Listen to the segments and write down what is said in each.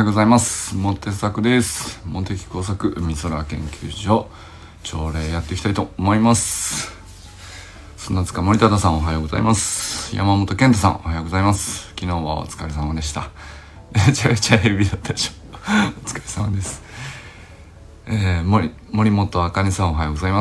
ございます。モテ作です。モテキ工作海空研究所朝礼やっていきたいと思います。砂塚森忠さんおはようございます。山本健太さんおはようございます。昨日はお疲れ様でした。めちゃめちゃヘビーだったでしょお疲れ様です。森本あかねさんおはようございます。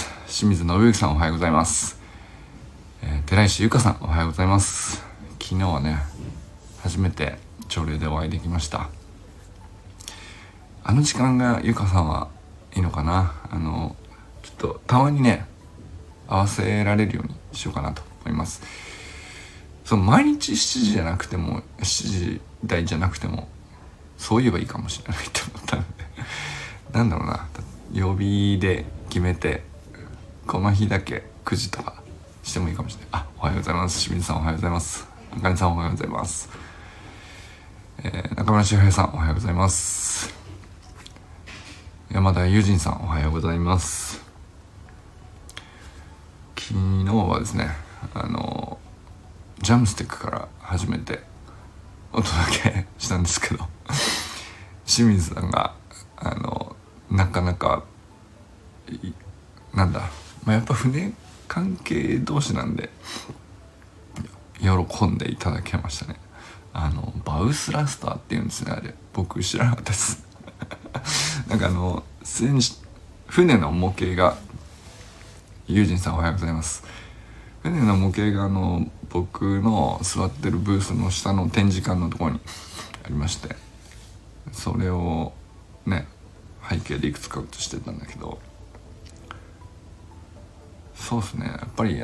清水信之さんおはようございます。寺石ゆかさんおはようございます。昨日はね初めて朝礼でお会いできました。あの時間がゆかさんはいいのかな。ちょっとたまにね合わせられるようにしようかなと思います。毎日7時じゃなくても7時台じゃなくてもそう言えばいいかもしれないと思ったのでなんだろうな、曜日で決めてこの日だけ9時とかしてもいいかもしれない。おはようございます。清水さんおはようございます。あかねさんおはようございます。中村修平さんおはようございます。山田友人さんおはようございます。昨日はですねジャムステックから初めてお届けしたんですけど清水さんがなかなかやっぱ船関係同士なんで喜んでいただけましたね。バウスラスターっていうんですね。あれ僕知らなかったです船の模型が友人さんおはようございます。船の模型が僕の座ってるブースの下の展示館のところにありまして、それをね背景でいくつか写してたんだけど、そうですね、やっぱり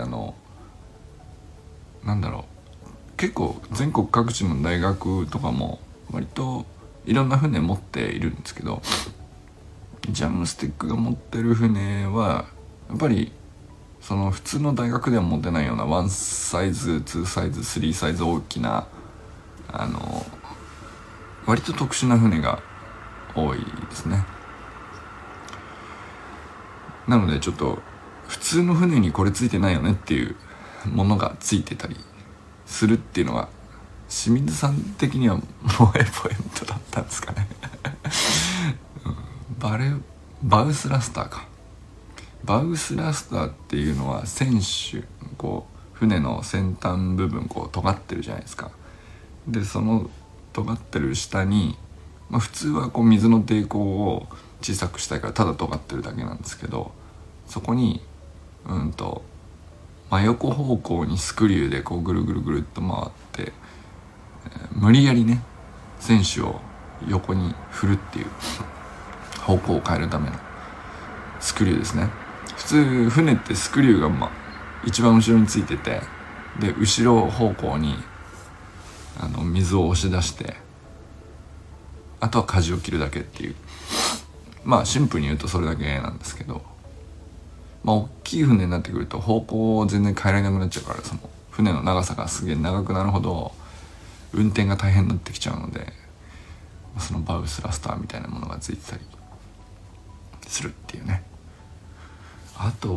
結構全国各地の大学とかも割といろんな船持っているんですけど、ジャムスティックが持ってる船はやっぱりその普通の大学では持てないような1サイズ2サイズ3サイズ大きな割と特殊な船が多いですね。なのでちょっと普通の船にこれついてないよねっていうものがついてたりするっていうのが清水さん的には萌えポイントだったんですかねバウスラスターか。バウスラスターっていうのは船首船の先端部分尖ってるじゃないですか。でその尖ってる下に、普通は水の抵抗を小さくしたいからただ尖ってるだけなんですけど、そこに真横方向にスクリューでぐるぐるぐるっと回って、無理やりね船首を横に振るっていう方向を変えるためのスクリューですね。普通船ってスクリューが一番後ろについてて、で後ろ方向に水を押し出してあとは舵を切るだけっていう、シンプルに言うとそれだけなんですけど、大きい船になってくると方向を全然変えられなくなっちゃうから、その船の長さがすげえ長くなるほど運転が大変になってきちゃうので、そのバウスラスターみたいなものがついてたりするっていうね。あと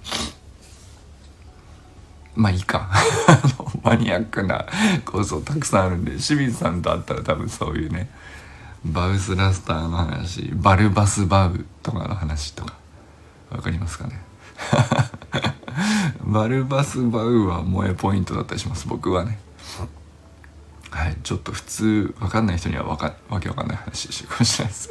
はいいかマニアックな構想たくさんあるんで、清水さんと会ったら多分そういうねバウスラスターの話、バルバスバウとかの話とかわかりますかねバルバスバウは萌えポイントだったりします、僕はね。はい、ちょっと普通わかんない人にはわけわかんない話してるかもしれないです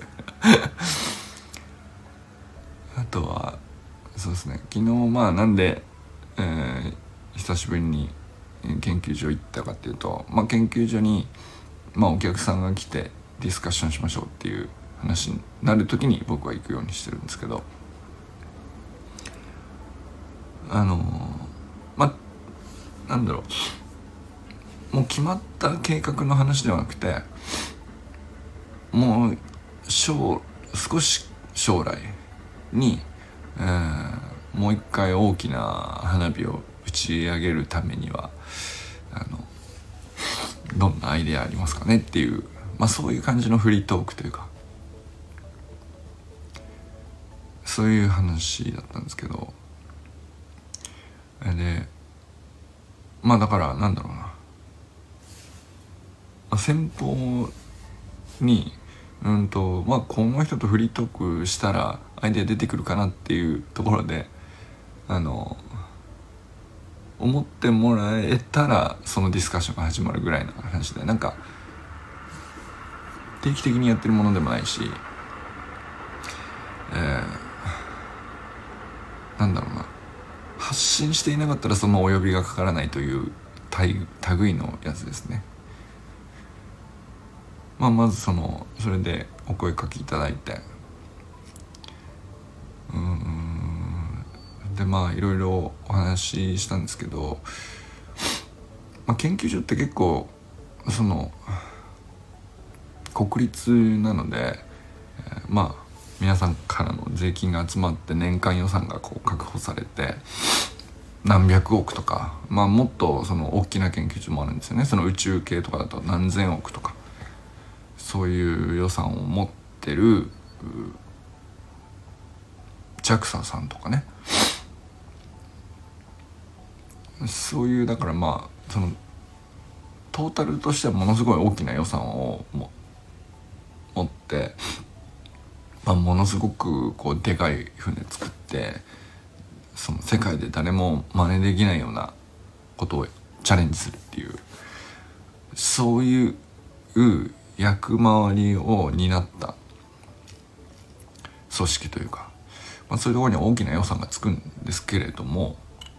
あとはそうですね、昨日なんで、久しぶりに研究所行ったかっていうと、研究所に、お客さんが来てディスカッションしましょうっていう話になる時に僕は行くようにしてるんですけど、もう決まった計画の話ではなくて、もう少し将来に、もう一回大きな花火を打ち上げるためにはどんなアイデアありますかねっていう、そういう感じのフリートークというか、そういう話だったんですけど、でだから先方にこの人とフリートークしたらアイデア出てくるかなっていうところで思ってもらえたらそのディスカッションが始まるぐらいの話で、なんか定期的にやってるものでもないし、なんだろうな、発信していなかったらそのお呼びがかからないという類のやつですね。まずそれでお声かけいただいて、でいろいろお話ししたんですけど、研究所って結構国立なので、皆さんからの税金が集まって年間予算が確保されて何百億とか、もっと大きな研究所もあるんですよね。宇宙系とかだと何千億とか、そういう予算を持ってるJAXA さんとかね、そういうだからトータルとしてはものすごい大きな予算を持って、ものすごくでかい船作って、世界で誰も真似できないようなことをチャレンジするっていう、そういう役回りを担った組織というか、そういうところに大きな予算がつくんですけれども、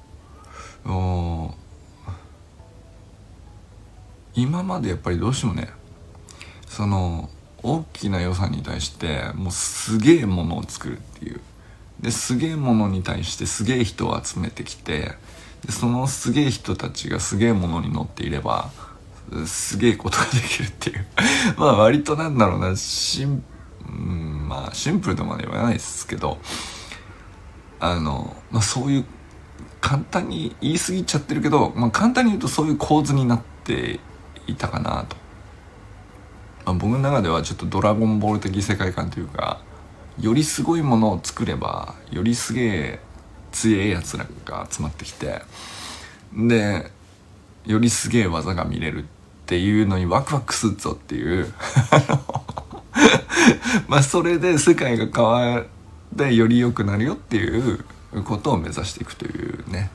今までやっぱりどうしてもね、大きな予算に対してもうすげえものを作るっていう、ですげえものに対してすげえ人を集めてきて、でそのすげえ人たちがすげえものに乗っていればすげえことができるっていう割となんだろうな、シンプルとまで言わないですけど、そういう簡単に言い過ぎちゃってるけど、簡単に言うとそういう構図になっていたかなと。僕の中ではちょっとドラゴンボール的世界観というか、よりすごいものを作ればよりすげえ強えやつらが集まってきて、でよりすげえ技が見れるっていうのにワクワクするぞっていうそれで世界が変わってより良くなるよっていうことを目指していくというね、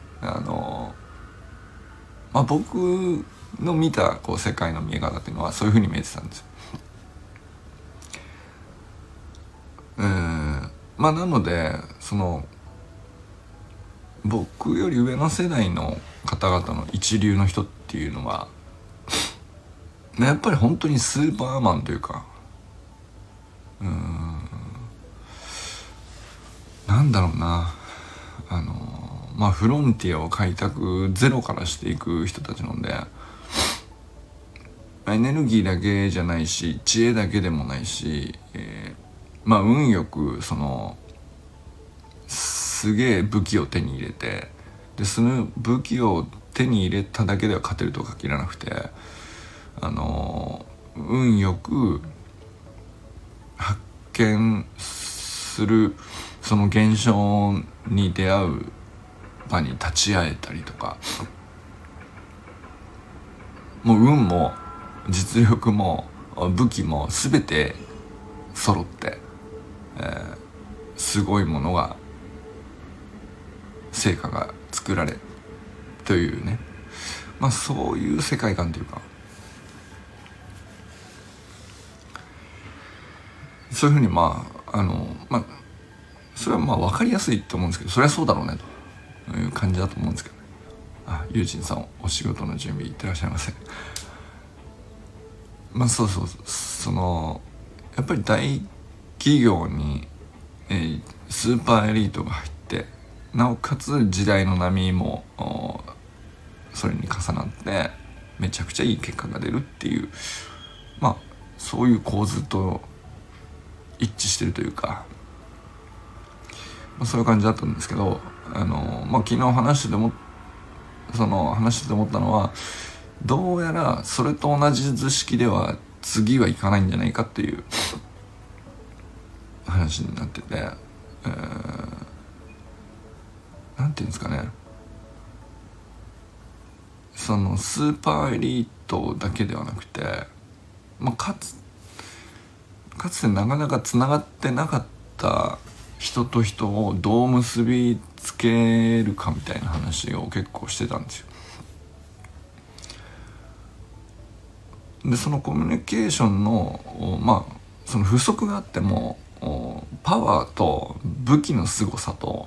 僕の見た世界の見え方っていうのはそういう風に見えてたんですよ。なので僕より上の世代の方々の一流の人っていうのはやっぱり本当にスーパーマンというか、なんだろうな、フロンティアを開拓ゼロからしていく人たちなんで、エネルギーだけじゃないし知恵だけでもないし、運よくすげえ武器を手に入れて、でその武器を手に入れただけでは勝てるとは限らなくて、運よく発見するその現象に出会う場に立ち会えたりとか、もう運も実力も武器も全て揃って、すごいものが成果が作られというね、そういう世界観というか、そういうふうにそれは分かりやすいと思うんですけど、それはそうだろうねという感じだと思うんですけどね。ユージンさんお仕事の準備いってらっしゃいませ。やっぱり大企業に、スーパーエリートが入って、なおかつ時代の波もそれに重なってめちゃくちゃいい結果が出るっていう、そういう構図と一致してるというか、そういう感じだったんですけど、昨日話してて思ったのは、どうやらそれと同じ図式では次はいかないんじゃないかっていう話になってて、なんていうんですかね、スーパーエリートだけではなくて、かつかつてなかなかつながってなかった人と人をどう結びつけるかみたいな話を結構してたんですよ。でそのコミュニケーションのその不足があってもパワーと武器の凄さと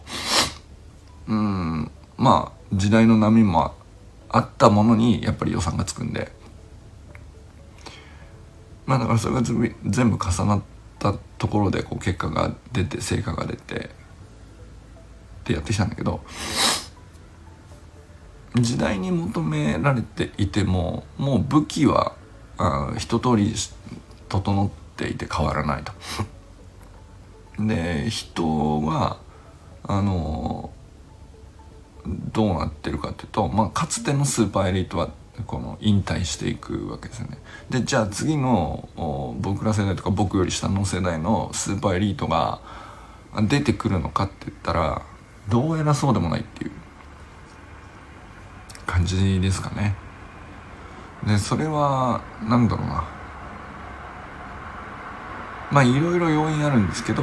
時代の波もあったものにやっぱり予算がつくんで、だからそれが全部重なったところでこう結果が出て成果が出てってやってきたんだけど、時代に求められていてももう武器は一通り整っていて変わらないと。で人はどうなってるかっていうと、かつてのスーパーエリートはこの引退していくわけですよね。でじゃあ次の僕ら世代とか僕より下の世代のスーパーエリートが出てくるのかって言ったらどうやらそうでもないっていう感じですかね。でそれはなんだろうな、いろいろ要因あるんですけど、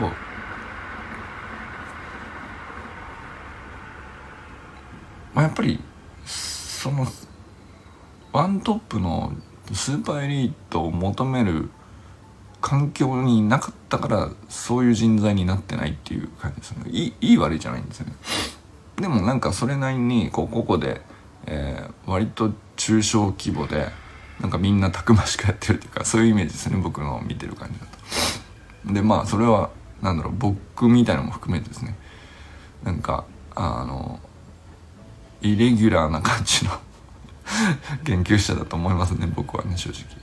やっぱりそのワントップのスーパーエリートを求める環境になかったからそういう人材になってないっていう感じですね。いい悪いじゃないんですよね。でもなんかそれなりにここで、割と中小規模でなんかみんなたくましくやってるっていうか、そういうイメージですね、僕の見てる感じだと。でそれは僕みたいなのも含めてですね、なんかイレギュラーな感じの研究者だと思いますね、僕はね、正直。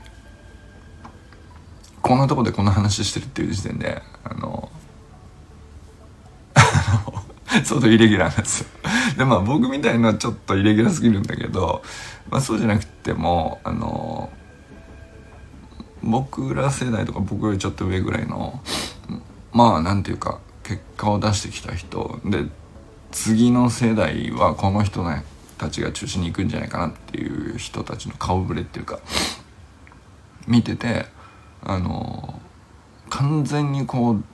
こんなとこでこんな話してるっていう時点で相当イレギュラーなんですよ。で僕みたいなちょっとイレギュラーすぎるんだけど、そうじゃなくても僕ら世代とか僕よりちょっと上ぐらいのなんていうか結果を出してきた人で、次の世代はこの人たちが中心に行くんじゃないかなっていう人たちの顔ぶれっていうか見てて、完全にこう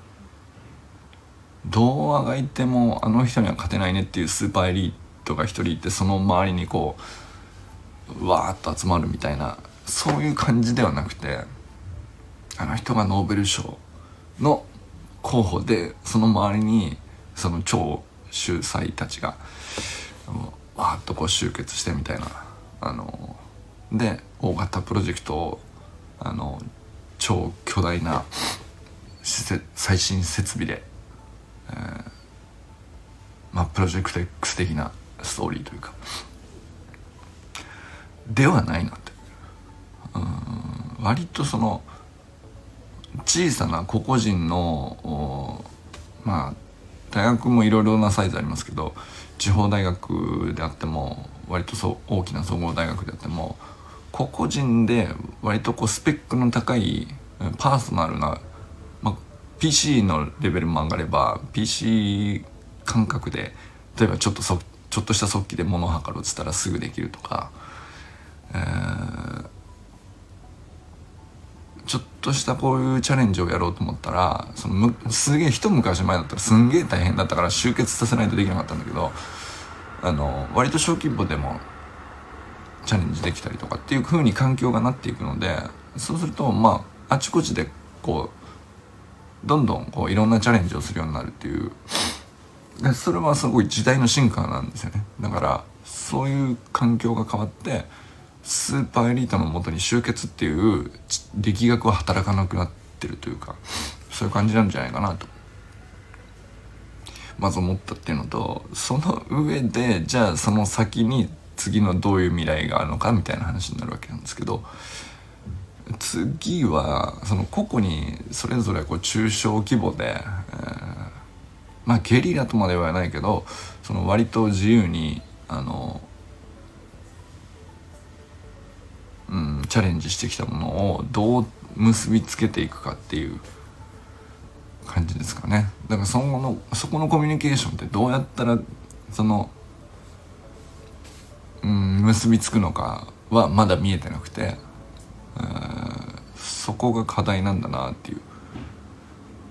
どうあがいてもあの人には勝てないねっていうスーパーエリートが一人いて、その周りにこうわーっと集まるみたいな、そういう感じではなくて、あの人がノーベル賞の候補でその周りにその超秀才たちがわーっとこう集結してみたいな、で大型プロジェクトを超巨大な最新設備で、プロジェクト X 的なストーリーというかではないなって、割とその小さな個々人の大学もいろいろなサイズありますけど、地方大学であっても割と大きな総合大学であっても個々人で割とこうスペックの高いパーソナルな、PC のレベルも上がれば PC 感覚で例えばちょっとした速記で物を測ろうとしたらすぐできるとか、ちょっとしたこういうチャレンジをやろうと思ったらすげえ一昔前だったらすんげえ大変だったから集結させないとできなかったんだけど、割と小規模でもチャレンジできたりとかっていう風に環境がなっていくので、そうするとあちこちでこうどんどんこういろんなチャレンジをするようになるっていう、それはすごい時代の進化なんですよね。だからそういう環境が変わってスーパーエリートのもとに集結っていう力学は働かなくなってるというか、そういう感じなんじゃないかなとまず思ったっていうのと、その上でじゃあその先に次のどういう未来があるのかみたいな話になるわけなんですけど、次はその個々にそれぞれこう中小規模で、ゲリラとまではないけどその割と自由にチャレンジしてきたものをどう結びつけていくかっていう感じですかね。だからそこのコミュニケーションってどうやったら結びつくのかはまだ見えてなくて、そこが課題なんだなっていう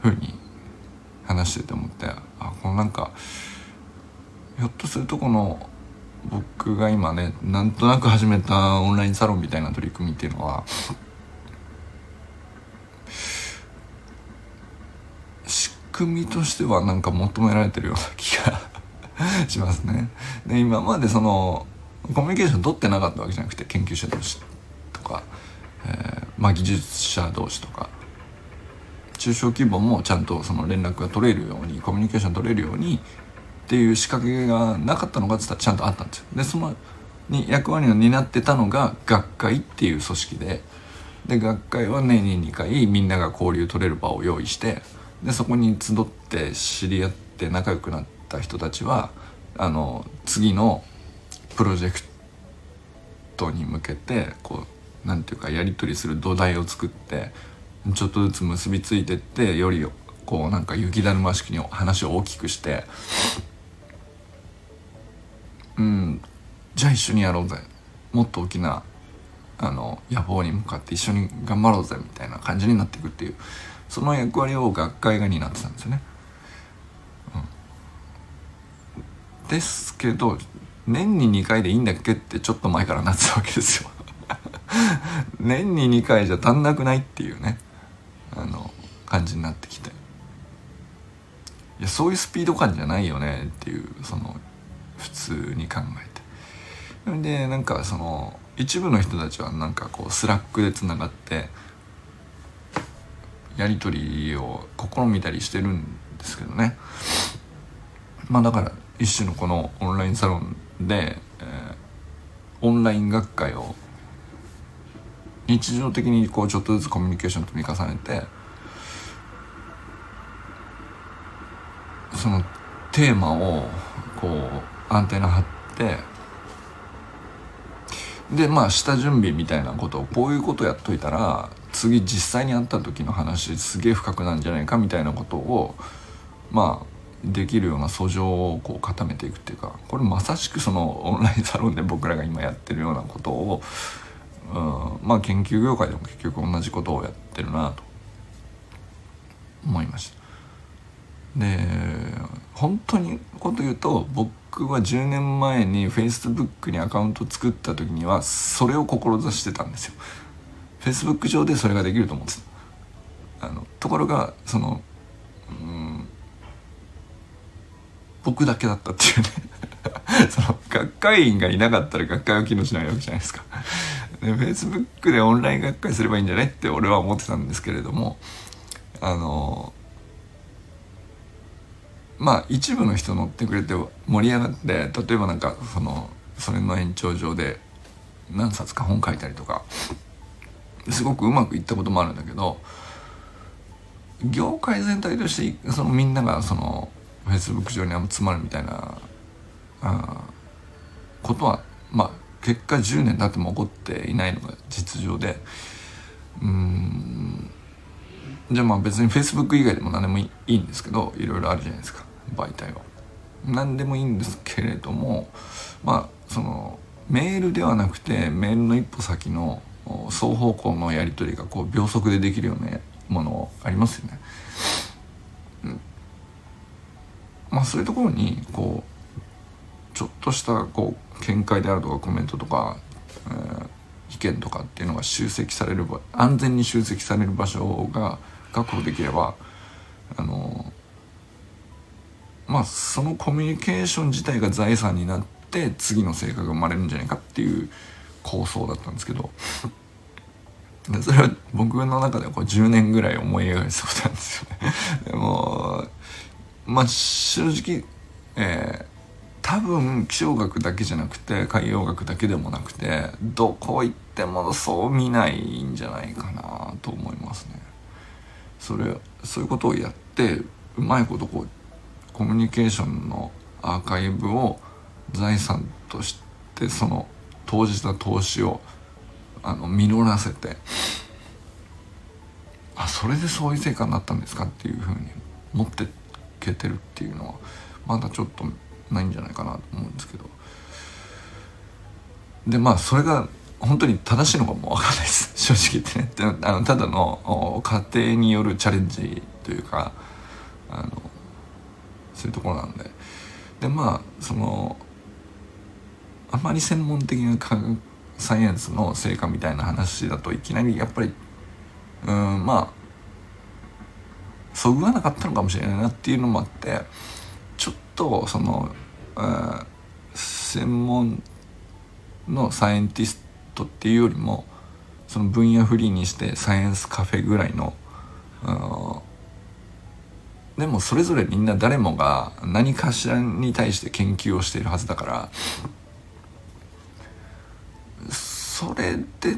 ふうに話してて思って、このなんかひょっとするとこの僕が今ねなんとなく始めたオンラインサロンみたいな取り組みっていうのは仕組みとしてはなんか求められてるような気がしますね。で今までそのコミュニケーション取ってなかったわけじゃなくて、研究者同士とか、技術者同士とか中小規模もちゃんとその連絡が取れるように、コミュニケーション取れるようにっていう仕掛けがなかったのかって言ったらちゃんとあったんですよ。でそのに役割を担ってたのが学会っていう組織で、学会は年に2回みんなが交流取れる場を用意して、でそこに集って知り合って仲良くなった人たちは次のプロジェクトに向けてこうなんていうかやり取りする土台を作って、ちょっとずつ結びついてって、よりこうなんか雪だるま式に話を大きくして、じゃあ一緒にやろうぜ、もっと大きな野望に向かって一緒に頑張ろうぜみたいな感じになっていくっていう、その役割を学会が担ってたんですよね。ですけど年に2回でいいんだっけってちょっと前からなってたわけですよ年に2回じゃ足んなくないっていうね感じになってきて、いやそういうスピード感じゃないよねっていう、その普通に考えて、でなんかその一部の人たちはなんかこうスラックでつながってやり取りを試みたりしてるんですけどね。だから一種のこのオンラインサロンで、オンライン学会を日常的にこうちょっとずつコミュニケーションと積み重ねて、そのテーマをこうアンテナ張って、で下準備みたいなことを、こういうことやっといたら次実際に会った時の話すげえ深くなんじゃないかみたいなことをできるような素性をこう固めていくっていうか、これまさしくそのオンラインサロンで僕らが今やってるようなことを、研究業界でも結局同じことをやってるなと思いました。で本当にこと言うと、僕は10年前に Facebook にアカウント作った時にはそれを志してたんですよ。 Facebook 上でそれができると思ってた。ところがその僕だけだったっていうねその学会員がいなかったら学会は機能しないわけじゃないですか。で Facebook でオンライン学会すればいいんじゃないって俺は思ってたんですけれども、一部の人乗ってくれて盛り上がって、例えばなんかそれの延長上で何冊か本書いたりとかすごくうまくいったこともあるんだけど、業界全体としてそのみんながその Facebook 上に集まるみたいなことは結果10年経っても起こっていないのが実情で、じゃあ別に Facebook 以外でも何でもいいんですけど、いろいろあるじゃないですか媒体は。何でもいいんですけれども、そのメールではなくてメールの一歩先の双方向のやり取りがこう秒速でできるようなものありますよね。そういうところにこうちょっとしたこう見解であるとかコメントとか、意見とかっていうのが集積される安全に集積される場所が確保できれば、そのコミュニケーション自体が財産になって次の成果が生まれるんじゃないかっていう構想だったんですけど、それは僕の中ではこう10年ぐらい思い描いてたことなんですよね。でも正直、多分気象学だけじゃなくて海洋学だけでもなくてどこ行ってもそう見ないんじゃないかなと思いますね。そういうことをやってうまいことこうコミュニケーションのアーカイブを財産としてその投じた投資を実らせて、それでそういう成果になったんですかっていうふうに持ってけてるっていうのはまだちょっとないんじゃないかなと思うんですけど、でそれが本当に正しいのかも分かんないです正直言ってね。ただの家庭によるチャレンジというかそういうところなんで、でまあそのあまり専門的なサイエンスの成果みたいな話だといきなりやっぱりまあそぐわなかったのかもしれないなっていうのもあって、ちょっとその、専門のサイエンティストっていうよりもその分野フリーにしてサイエンスカフェぐらいの、でもそれぞれみんな誰もが何かしらに対して研究をしているはずだから、それで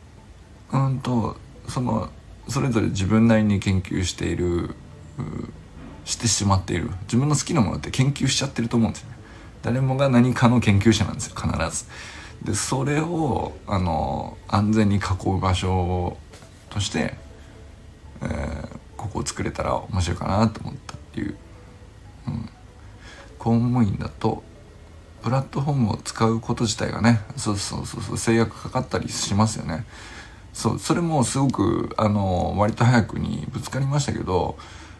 それぞれ自分なりに研究しているしてしまっている自分の好きなものって研究しちゃってると思うんですよね。誰もが何かの研究者なんですよ、必ず。でそれを安全に囲う場所として、ここを作れたら面白いかなと思ったっていう、公務員だとプラットフォームを使うこと自体がね、そう制約かかったりしますよね。それもすごく割と早くにぶつかりましたけど、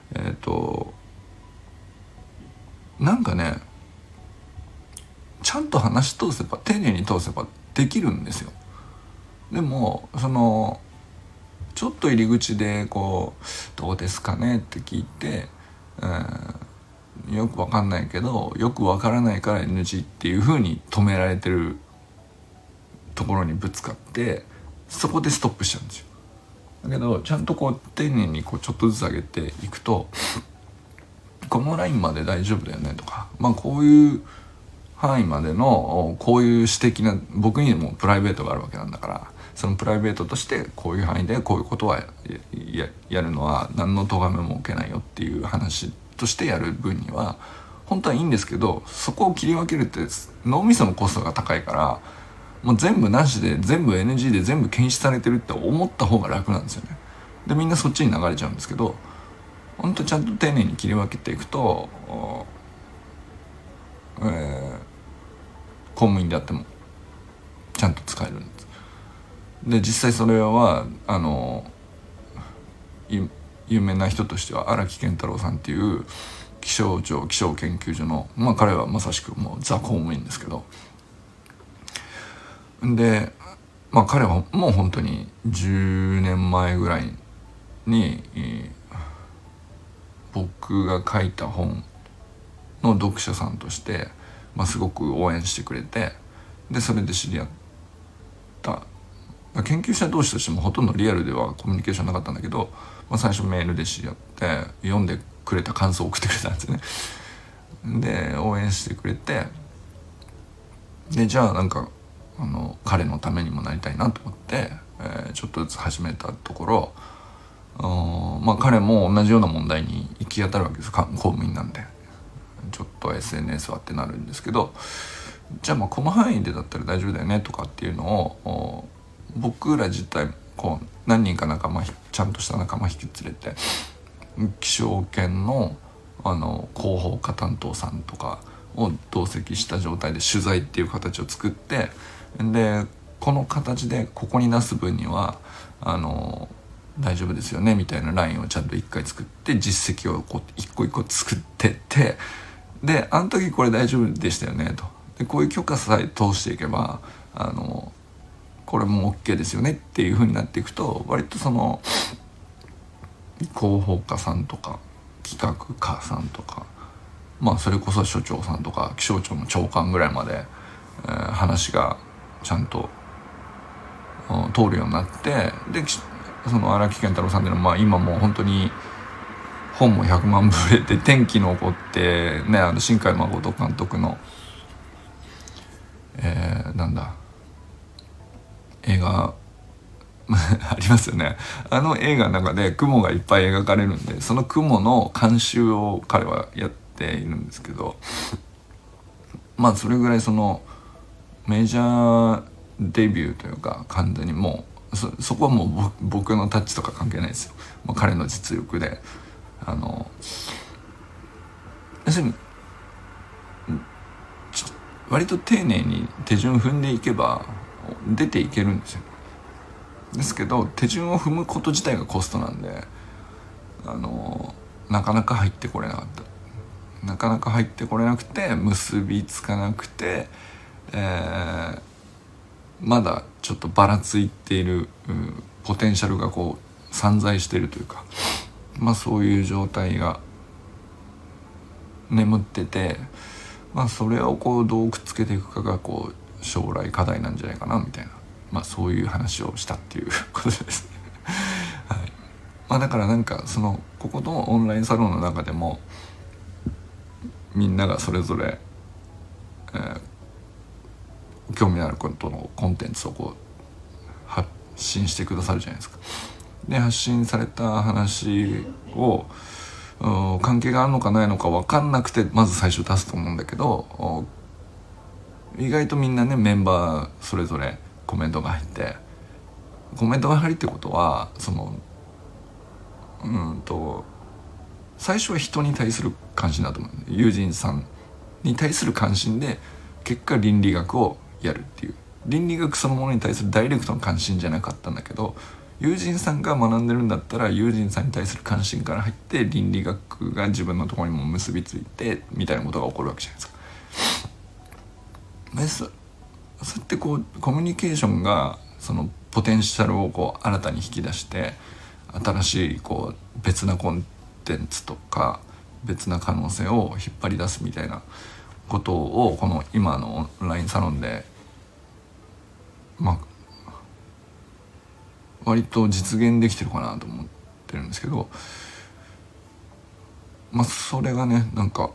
なんかね、ちゃんと話通せば丁寧に通せばできるんですよ。でもちょっと入り口でこうどうですかねって聞いて、よくわかんないけどよくわからないから NG っていう風に止められてるところにぶつかって、そこでストップしちゃうんですよ。だけどちゃんとこう丁寧にこうちょっとずつ上げていくと、このラインまで大丈夫だよねとか、こういう範囲までのこういう私的な、僕にもプライベートがあるわけなんだから、そのプライベートとしてこういう範囲でこういうことは やるのは何の咎めも受けないよっていう話としてやる分には本当はいいんですけど、そこを切り分けるって脳みそのコストが高いから、もう全部なしで全部 NG で全部検出されてるって思った方が楽なんですよね。でみんなそっちに流れちゃうんですけど、本当ちゃんと丁寧に切り分けていくと、公務員であってもちゃんと使えるんです。で実際それは有名な人としては荒木健太郎さんっていう気象研究所の、彼はまさしくもうザ公務員ですけど、で彼はもう本当に10年前ぐらいに、僕が書いた本の読者さんとして、すごく応援してくれて、でそれで知り合った、研究者同士としてもほとんどリアルではコミュニケーションなかったんだけど、最初メールで知り合って読んでくれた感想を送ってくれたんですよね。で応援してくれて、でじゃあなんか彼のためにもなりたいなと思って、ちょっとずつ始めたところ、彼も同じような問題に行き当たるわけです。公務員なんでちょっと SNS はってなるんですけど、じゃあこの範囲でだったら大丈夫だよねとかっていうのを僕ら自体こう何人か仲間、ちゃんとした仲間引き連れて気象研の広報課担当さんとかを同席した状態で取材っていう形を作って、でこの形でここに出す分には大丈夫ですよねみたいなラインをちゃんと一回作って実績をこう一個一個作ってって、であの時これ大丈夫でしたよねと、でこういう許可さえ通していけばこれも OK ですよねっていう風になっていくと、割とその広報課さんとか企画課さんとか、それこそ所長さんとか気象庁の長官ぐらいまで、話がちゃんと通るようになって、でその荒木健太郎さんっていうのは、今もう本当に本も100万部売れて、天気の子ってね、新海誠監督の映画ありますよね。映画の中で雲がいっぱい描かれるんで、その雲の監修を彼はやっているんですけど、それぐらいそのメジャーデビューというか、完全にもうそこはもう僕のタッチとか関係ないですよ。彼の実力で要するに割と丁寧に手順踏んでいけば出ていけるんですよ。ですけど手順を踏むこと自体がコストなんで、 なかなか入ってこれなかった。なかなか入ってこれなくて、結びつかなくて、まだちょっとばらついている、ポテンシャルがこう散在しているというか、そういう状態が眠ってて、それをこうどうくっつけていくかがこう将来課題なんじゃないかなみたいな、そういう話をしたっていうことですね。はい。だからなんかここのオンラインサロンの中でもみんながそれぞれ、興味のあることのコンテンツをこう発信してくださるじゃないですか。で、発信された話を関係があるのかないのか分かんなくてまず最初出すと思うんだけど、意外とみんなね、メンバーそれぞれコメントが入って、コメントが入ってことは最初は人に対する関心だと思う。友人さんに対する関心で、結果倫理学をやるっていう、倫理学そのものに対するダイレクトの関心じゃなかったんだけど、友人さんが学んでるんだったら友人さんに対する関心から入って倫理学が自分のところにも結びついてみたいなことが起こるわけじゃないですか。そうやってこうコミュニケーションがそのポテンシャルをこう新たに引き出して、新しいこう別なコンテンツとか別な可能性を引っ張り出すみたいなことを、この今のオンラインサロンで割と実現できてるかなと思ってるんですけど、それがね、なんか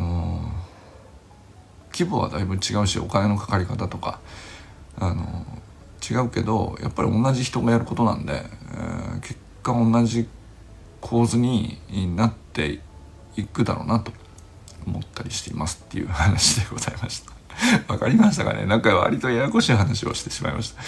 規模はだいぶ違うし、お金のかかり方とか違うけど、やっぱり同じ人がやることなんで、結果同じ構図になっていくだろうなと思ったりしていますっていう話でございました。わかりましたかね。なんか割とややこしい話をしてしまいました。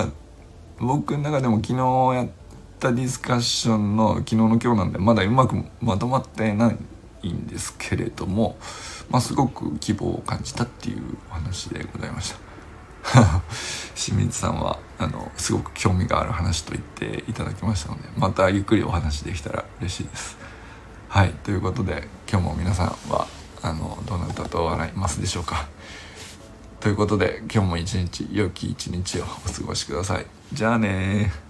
僕の中でも昨日やったディスカッションの昨日の今日なんで、まだうまくまとまってないんですけれども、すごく希望を感じたっていうお話でございました。清水さんはすごく興味がある話と言っていただきましたので、またゆっくりお話できたら嬉しいです。はい、ということで今日も皆さんはどなたと笑いますでしょうか。ということで今日も一日良き一日をお過ごしください。じゃあねー。